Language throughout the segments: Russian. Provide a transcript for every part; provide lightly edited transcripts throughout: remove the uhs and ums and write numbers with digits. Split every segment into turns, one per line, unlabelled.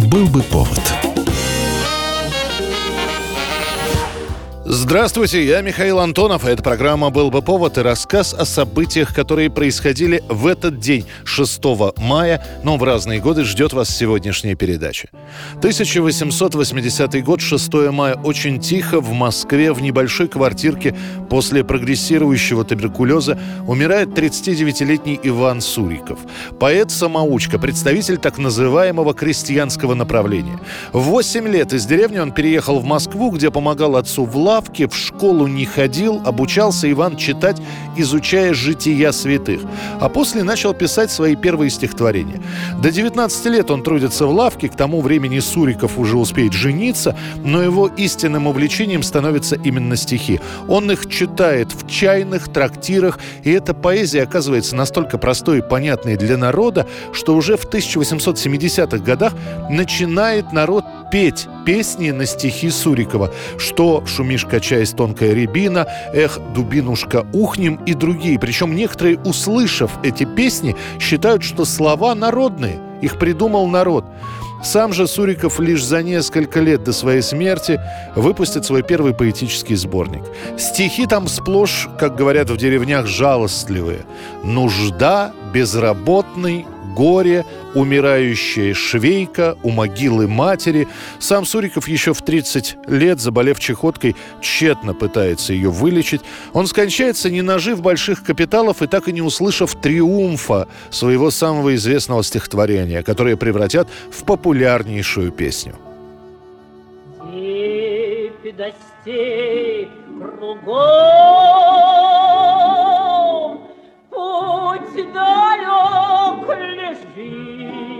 Был бы повод.
Здравствуйте, я Михаил Антонов, и эта программа «Был бы повод» и рассказ о событиях, которые происходили в этот день, 6 мая, но в разные годы ждет вас сегодняшняя передача. 1880 год, 6 мая, очень тихо в Москве в небольшой квартирке после прогрессирующего туберкулеза умирает 39-летний Иван Суриков. Поэт-самоучка, представитель так называемого крестьянского направления. В 8 лет из деревни он переехал в Москву, где помогал отцу в лавке, в школу не ходил, обучался Иван читать, изучая жития святых. А после начал писать свои первые стихотворения. До 19 лет он трудится в лавке, к тому времени Суриков уже успеет жениться, но его истинным увлечением становятся именно стихи. Он их читает в чайных, трактирах, и эта поэзия оказывается настолько простой и понятной для народа, что уже в 1870-х годах начинает народ петь песни на стихи Сурикова, что «Шумишь, качаясь, тонкая рябина», «Эх, дубинушка, ухнем» и другие. Причем некоторые, услышав эти песни, считают, что слова народные, их придумал народ. Сам же Суриков лишь за несколько лет до своей смерти выпустит свой первый поэтический сборник. Стихи там сплошь, как говорят в деревнях, жалостливые. Нужда, безработный, горе, умирающая швейка, у могилы матери. Сам Суриков еще в 30 лет, заболев чехоткой, тщетно пытается ее вылечить. Он скончается, не нажив больших капиталов и так и не услышав триумфа своего самого известного стихотворения, которое превратят в популярнейшую песню.
Степь да степь кругом, путь далек лежит.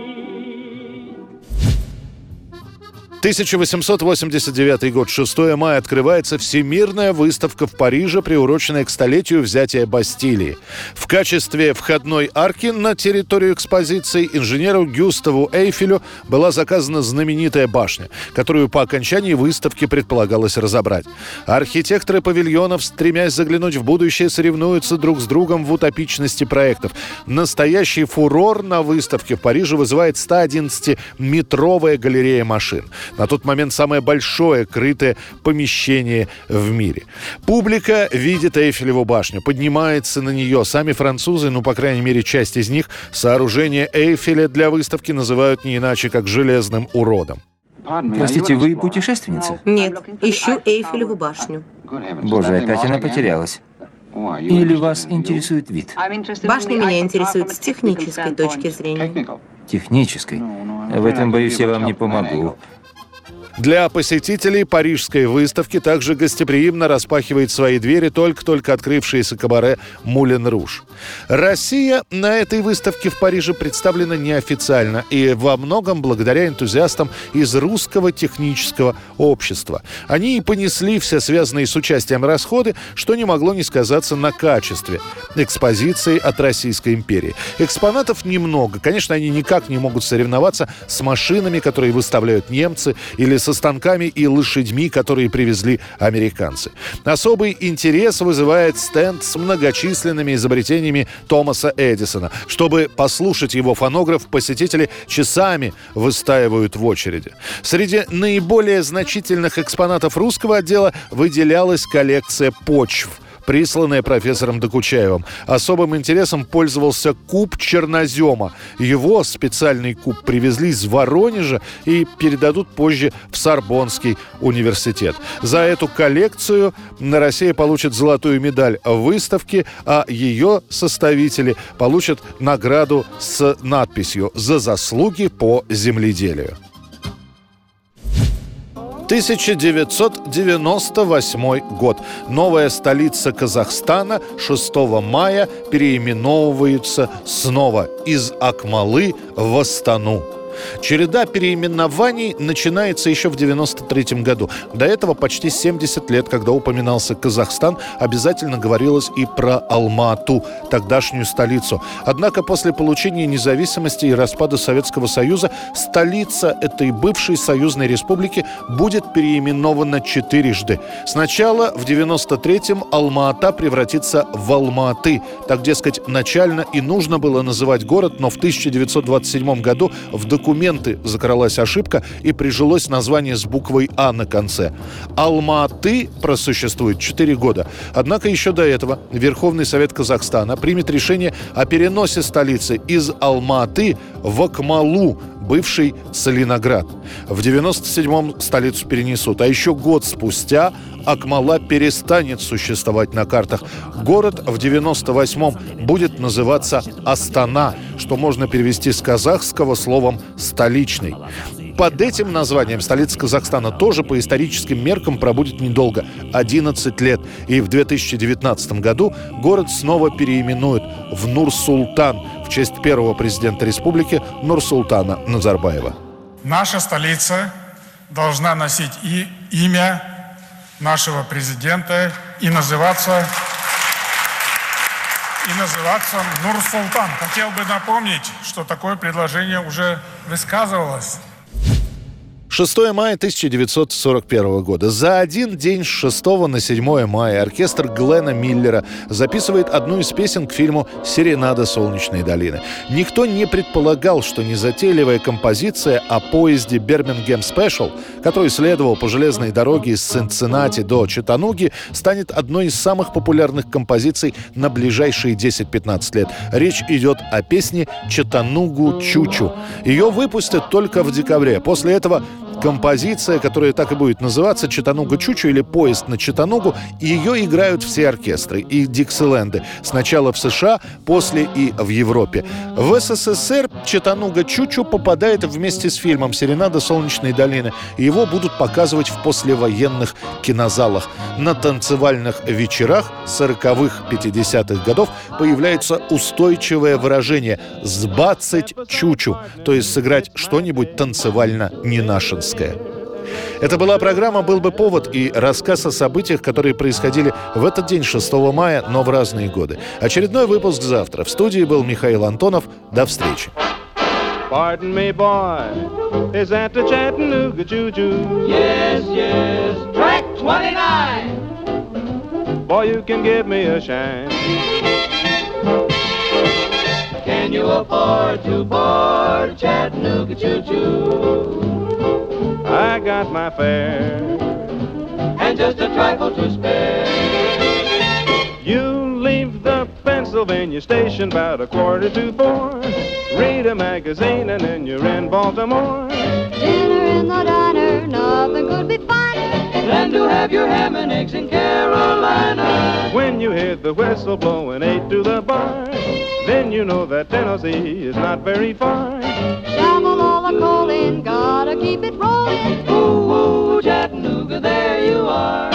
1889 год, 6 мая, открывается Всемирная выставка в Париже, приуроченная к столетию взятия Бастилии. В качестве входной арки на территорию экспозиции инженеру Гюставу Эйфелю была заказана знаменитая башня, которую по окончании выставки предполагалось разобрать. Архитекторы павильонов, стремясь заглянуть в будущее, соревнуются друг с другом в утопичности проектов. Настоящий фурор на выставке в Париже вызывает 111-метровая галерея машин. На тот момент самое большое крытое помещение в мире. Публика видит Эйфелеву башню, поднимается на нее. Сами французы, по крайней мере, часть из них, сооружение Эйфеля для выставки называют не иначе, как «железным уродом».
Простите, вы путешественница?
Нет, ищу Эйфелеву башню.
Боже, опять она потерялась. Или вас интересует вид?
Башня меня интересует с технической точки зрения.
Технической? В этом, боюсь, я вам не помогу.
Для посетителей парижской выставки также гостеприимно распахивает свои двери только-только открывшееся кабаре «Мулен Руж». Россия на этой выставке в Париже представлена неофициально и во многом благодаря энтузиастам из русского технического общества. Они и понесли все связанные с участием расходы, что не могло не сказаться на качестве экспозиции от Российской империи. Экспонатов немного. Конечно, они никак не могут соревноваться с машинами, которые выставляют немцы, или со станками и лошадьми, которые привезли американцы. Особый интерес вызывает стенд с многочисленными изобретениями Томаса Эдисона. Чтобы послушать его фонограф, посетители часами выстаивают в очереди. Среди наиболее значительных экспонатов русского отдела выделялась коллекция почв, присланная профессором Докучаевым. Особым интересом пользовался куб чернозема. Его, специальный куб, привезли из Воронежа и передадут позже в Сорбонский университет. За эту коллекцию Россия получит золотую медаль в выставке, а ее составители получат награду с надписью «За заслуги по земледелию». 1998 год. Новая столица Казахстана 6 мая переименовывается снова из Акмалы в Астану. Череда переименований начинается еще в 1993 году. До этого почти 70 лет, когда упоминался Казахстан, обязательно говорилось и про Алма-Ату, тогдашнюю столицу. Однако после получения независимости и распада Советского Союза столица этой бывшей союзной республики будет переименована четырежды. Сначала в 1993-м Алма-Ата превратится в Алма-Аты. Так, дескать, начально и нужно было называть город, но в 1927 году в документах документы закралась ошибка и прижилось название с буквой «А» на конце. Алма-Аты просуществует 4 года. Однако еще до этого Верховный Совет Казахстана примет решение о переносе столицы из Алма-Аты в Акмалу, бывший Целиноград. В 97-м столицу перенесут, а еще год спустя Акмала перестанет существовать на картах. Город в 98-м будет называться Астана, что можно перевести с казахского словом «столичный». Под этим названием столица Казахстана тоже по историческим меркам пробудет недолго – 11 лет. И в 2019 году город снова переименуют в Нур-Султан в честь первого президента республики Нурсултана Назарбаева.
Наша столица должна носить и имя нашего президента и называться Нур-Султан. Хотел бы напомнить, что такое предложение уже высказывалось.
6 мая 1941 года. За один день с 6 на 7 мая оркестр Глена Миллера записывает одну из песен к фильму «Серенада солнечной долины». Никто не предполагал, что незатейливая композиция о поезде «Бирмингем Спешл», который следовал по железной дороге из Цинциннати до Чаттануги, станет одной из самых популярных композиций на ближайшие 10-15 лет. Речь идет о песне «Чаттанугу Чучу». Ее выпустят только в декабре. После этого композиция, которая так и будет называться «Чаттануга Чучу» или «Поезд на Чаттанугу», ее играют все оркестры и Диксиленды. Сначала в США, после и в Европе. В СССР «Чаттануга Чучу» попадает вместе с фильмом «Серенада солнечной долины». Его будут показывать в послевоенных кинозалах. На танцевальных вечерах 40-х, 50-х годов появляется устойчивое выражение «сбацать чучу», то есть сыграть что-нибудь танцевально ненашинское. Это была программа «Был бы повод» и рассказ о событиях, которые происходили в этот день, 6 мая, но в разные годы. Очередной выпуск завтра. В студии был Михаил Антонов. До встречи.
Pardon me, boy, is that the Chattanooga choo-choo?
Yes, yes, track 29.
Boy, you can give me a shine.
Can you afford to board Chattanooga choo-choo?
I got my fare,
And just a trifle to spare.
you leave the Pennsylvania station about 3:45. Read a magazine and then you're in Baltimore.
Dinner in the diner, nothing could be finer
Than to have your ham and eggs in Carolina.
When you hear the whistle blowing 8 to the bar, then you know that Tennessee is not very far.
Shovel all the coal in, gotta keep it rolling.
Ooh, ooh, Chattanooga, there you are.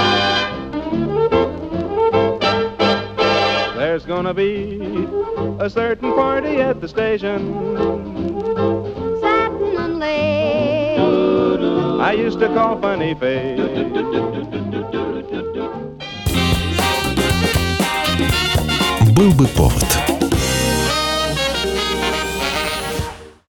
There's gonna be a certain party at the station.
Satin and lace.
I used to call Funny Face.
Был бы повод.